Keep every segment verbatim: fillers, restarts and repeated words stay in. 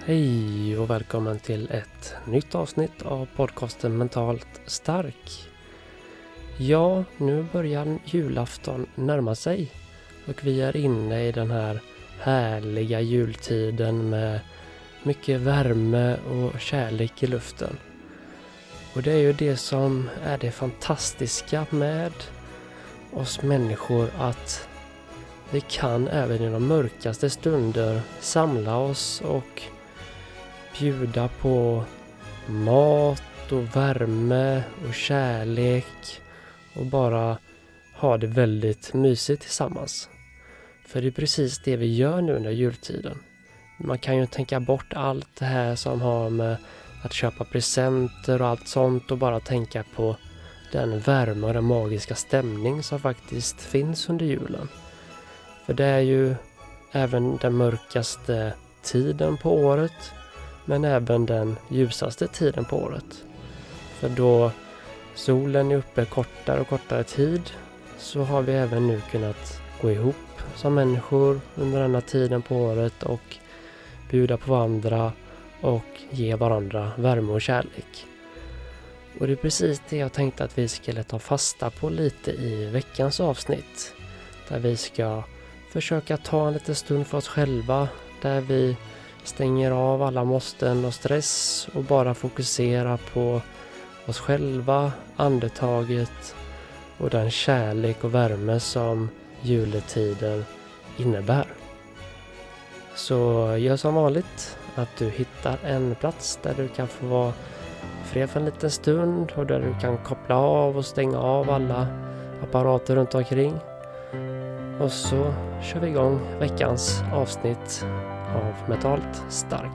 Hej och välkommen till ett nytt avsnitt av podcasten Mentalt stark. Ja, nu börjar julafton närma sig och vi är inne i den här härliga jultiden med mycket värme och kärlek i luften. Och det är ju det som är det fantastiska med oss människor, att vi kan även i de mörkaste stunder samla oss och bjuda på mat och värme och kärlek och bara ha det väldigt mysigt tillsammans. För det är precis det vi gör nu under jultiden. Man kan ju tänka bort allt det här som har med att köpa presenter och allt sånt och bara tänka på den värme och den magiska stämning som faktiskt finns under julen. För det är ju även den mörkaste tiden på året, men även den ljusaste tiden på året. För då solen är uppe kortare och kortare tid så har vi även nu kunnat gå ihop som människor under denna tiden på året och bjuda på varandra och ge varandra värme och kärlek. Och det är precis det jag tänkte att vi skulle ta fasta på lite i veckans avsnitt. Där vi ska försöka ta en liten stund för oss själva, där vi stänger av alla måsten och stress och bara fokusera på oss själva, andetaget och den kärlek och värme som juletiden innebär. Så gör som vanligt att du hittar en plats där du kan få vara fred för en liten stund och där du kan koppla av och stänga av alla apparater runt omkring. Och så kör vi igång veckans avsnitt av Mentalt stark.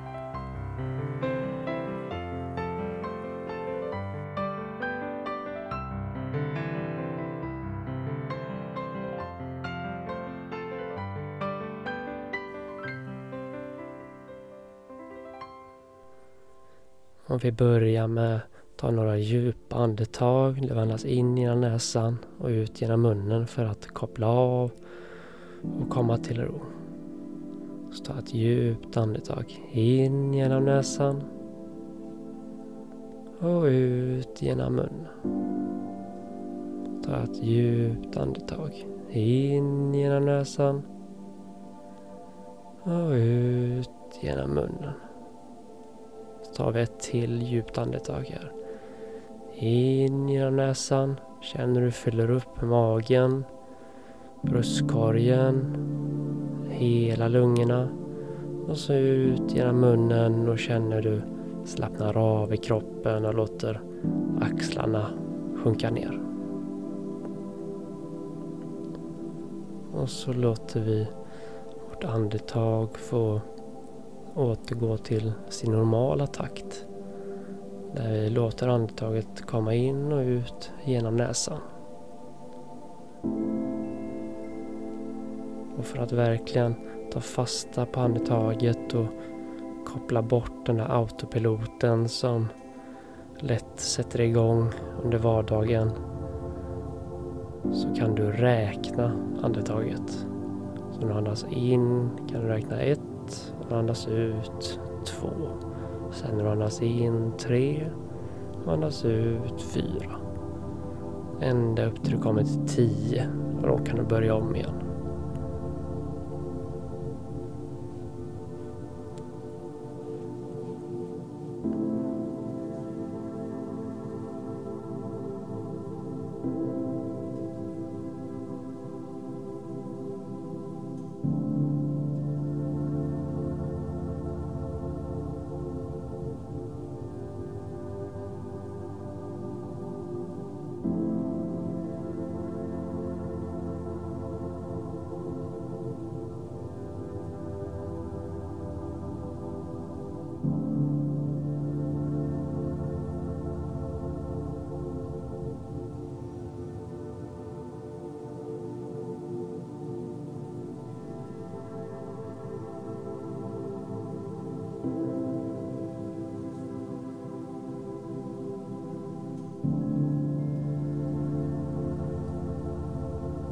Om vi börjar med att ta några djupa andetag, du andas in genom näsan och ut genom munnen för att koppla av och komma till ro. Så ta ett djupt andetag in genom näsan och ut genom munnen. Ta ett djupt andetag in genom näsan och ut genom munnen. Så tar vi ett till djupt andetag här. In genom näsan. Känner du fyller upp magen, bröstkorgen, hela lungorna. Och så ut genom munnen och känner du slappnar av i kroppen och låter axlarna sjunka ner. Och så låter vi vårt andetag få återgå till sin normala takt. Där vi låter andetaget komma in och ut genom näsan. Och för att verkligen ta fasta på andetaget och koppla bort den där autopiloten som lätt sätter igång under vardagen, så kan du räkna andetaget. Så när du andas in kan du räkna ett, när du andas ut två. Sen när du andas in tre och andas ut fyra. Ända upp till du kommer till tio och då kan du börja om igen.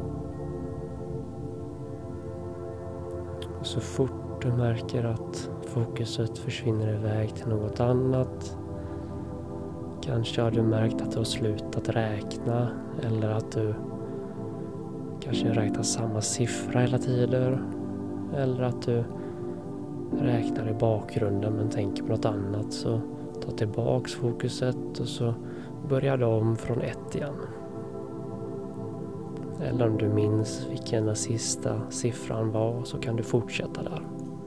Så fort du märker att fokuset försvinner iväg till något annat. Kanske har du märkt att du har slutat räkna eller att du kanske räknar samma siffra hela tiden. Eller att du räknar i bakgrunden men tänker på något annat. Så ta tillbaks fokuset och så börjar du om från ett igen. Eller om du minns vilken den sista siffran var så kan du fortsätta där.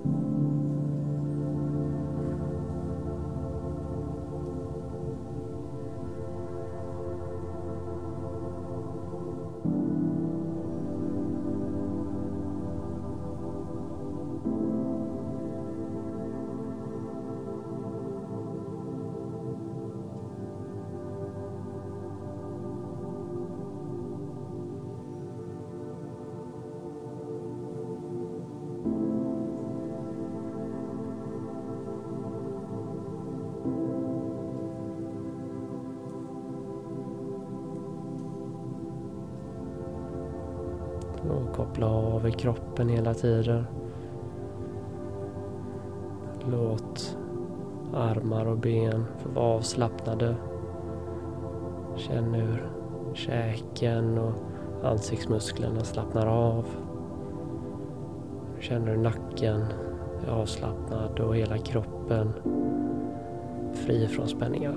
Och koppla av i kroppen hela tiden. Låt armar och ben få vara avslappnade. Känn hur käken och ansiktsmusklerna slappnar av. Känner hur nacken är avslappnad och hela kroppen fri från spänningar.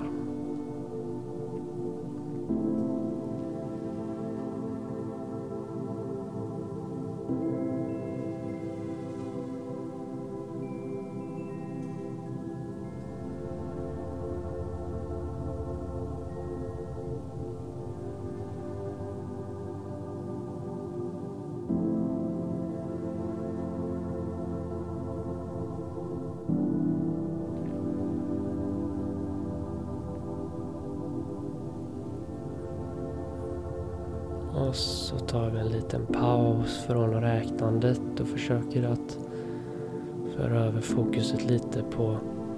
Och så tar vi en liten paus från räknandet och försöker att föra över fokuset lite på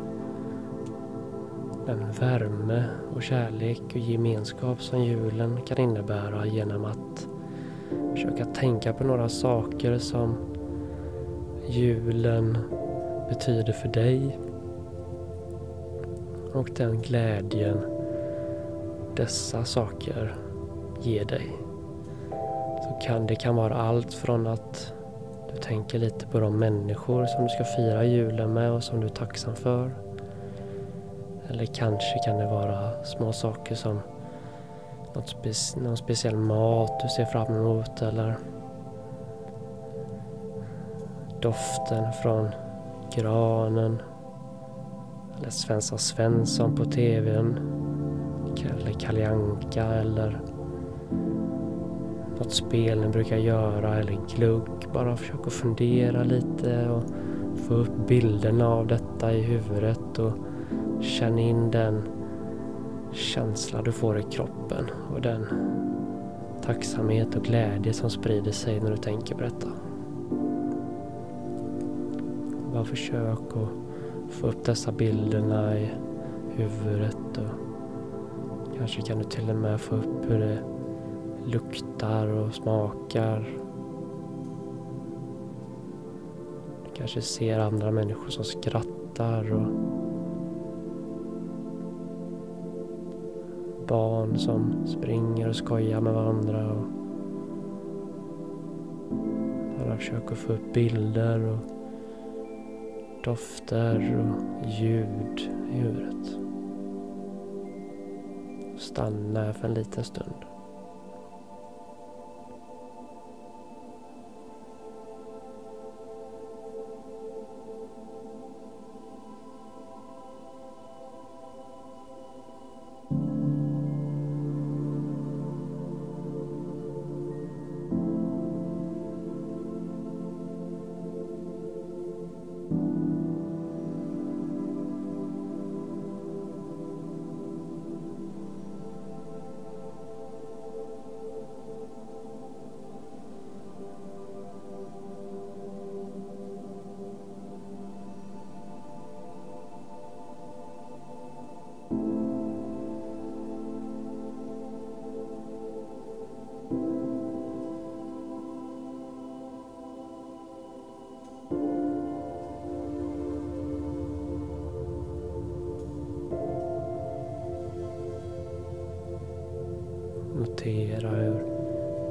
den värme och kärlek och gemenskap som julen kan innebära genom att försöka tänka på några saker som julen betyder för dig och den glädjen dessa saker ger dig. Så kan det kan vara allt från att du tänker lite på de människor som du ska fira julen med och som du är tacksam för. Eller kanske kan det vara små saker som något spe- någon speciell mat du ser fram emot eller doften från granen eller Svensson Svensson på tvn eller Kalle Anka eller något spel ni brukar göra eller glugg. Bara försök fundera lite och få upp bilderna av detta i huvudet och känn in den känsla du får i kroppen och den tacksamhet och glädje som sprider sig när du tänker på detta. Bara försök att få upp dessa bilderna i huvudet och kanske kan du till och med få upp hur det luktar och smakar. Du kanske ser andra människor som skrattar och barn som springer och skojar med varandra och bara försöker få upp bilder och dofter och ljud i huvudet. Stanna för en liten stund.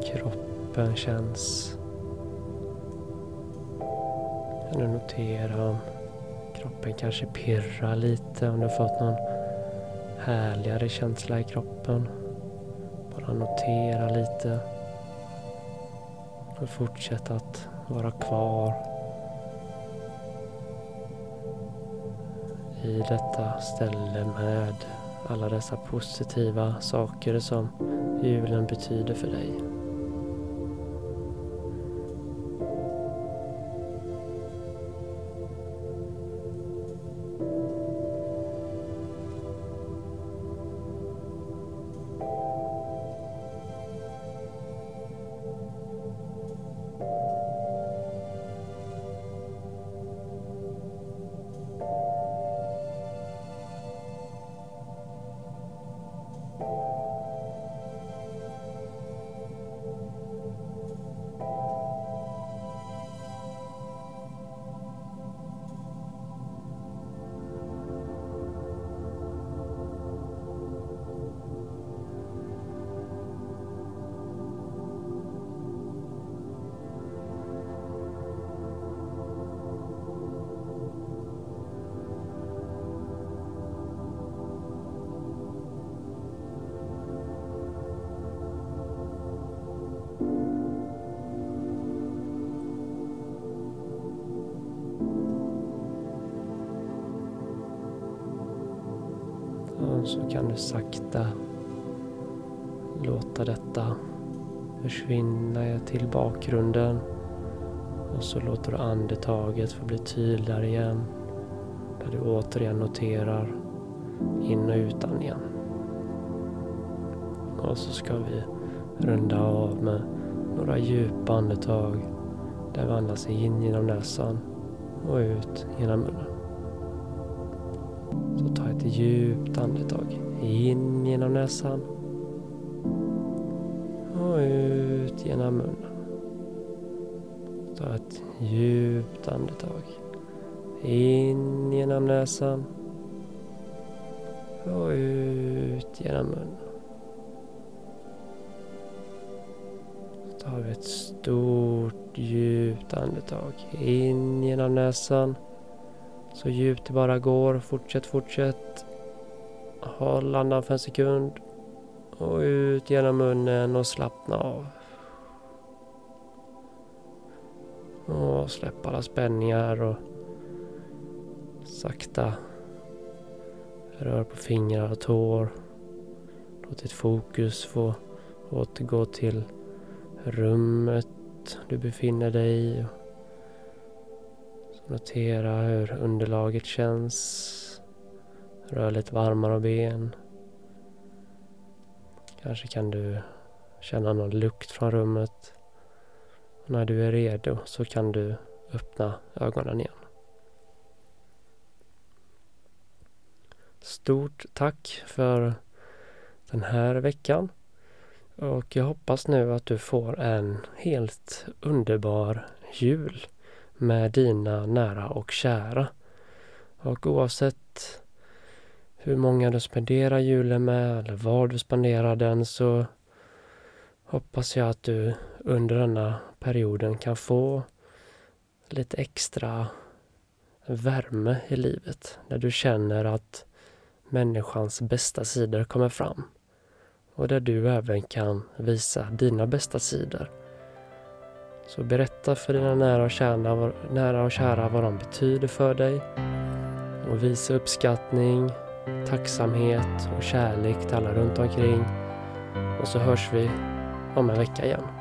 kroppen känns. Kan du notera om kroppen kanske pirrar lite, om du har fått någon härligare känsla i kroppen. Bara notera lite. Och fortsätta att vara kvar i detta ställe med alla dessa positiva saker som julen betyder för dig. Och så kan du sakta låta detta försvinna till bakgrunden. Och så låter du andetaget få bli tydligare igen. Där du återigen noterar in- och utan igen. Och så ska vi runda av med några djupa andetag. Där vi andas in genom näsan och ut genom munnen. Så ta ett djupt andetag. In genom näsan. Och ut genom munnen. Ta ett djupt andetag. In genom näsan. Och ut genom munnen. Så tar vi ett stort djupt andetag. In genom näsan. Så djupt det bara går. Fortsätt, fortsätt. Håll andan för en sekund. Och ut genom munnen och slappna av. Och släpp alla spänningar och sakta rör på fingrar och tår. Låt ditt fokus få återgå till rummet du befinner dig i. Så notera hur underlaget känns. Rör lite varmare av ben. Kanske kan du känna någon lukt från rummet. Och när du är redo så kan du öppna ögonen igen. Stort tack för den här veckan. Och jag hoppas nu att du får en helt underbar jul med dina nära och kära. Och oavsett hur många du spenderar julen med eller var du spenderar den, så hoppas jag att du under denna perioden kan få lite extra värme i livet. Där du känner att människans bästa sidor kommer fram. Och där du även kan visa dina bästa sidor. Så berätta för dina nära och kära, nära och kära vad de betyder för dig. Och visa uppskattning, tacksamhet och kärlek till alla runt omkring. Och så hörs vi om en vecka igen.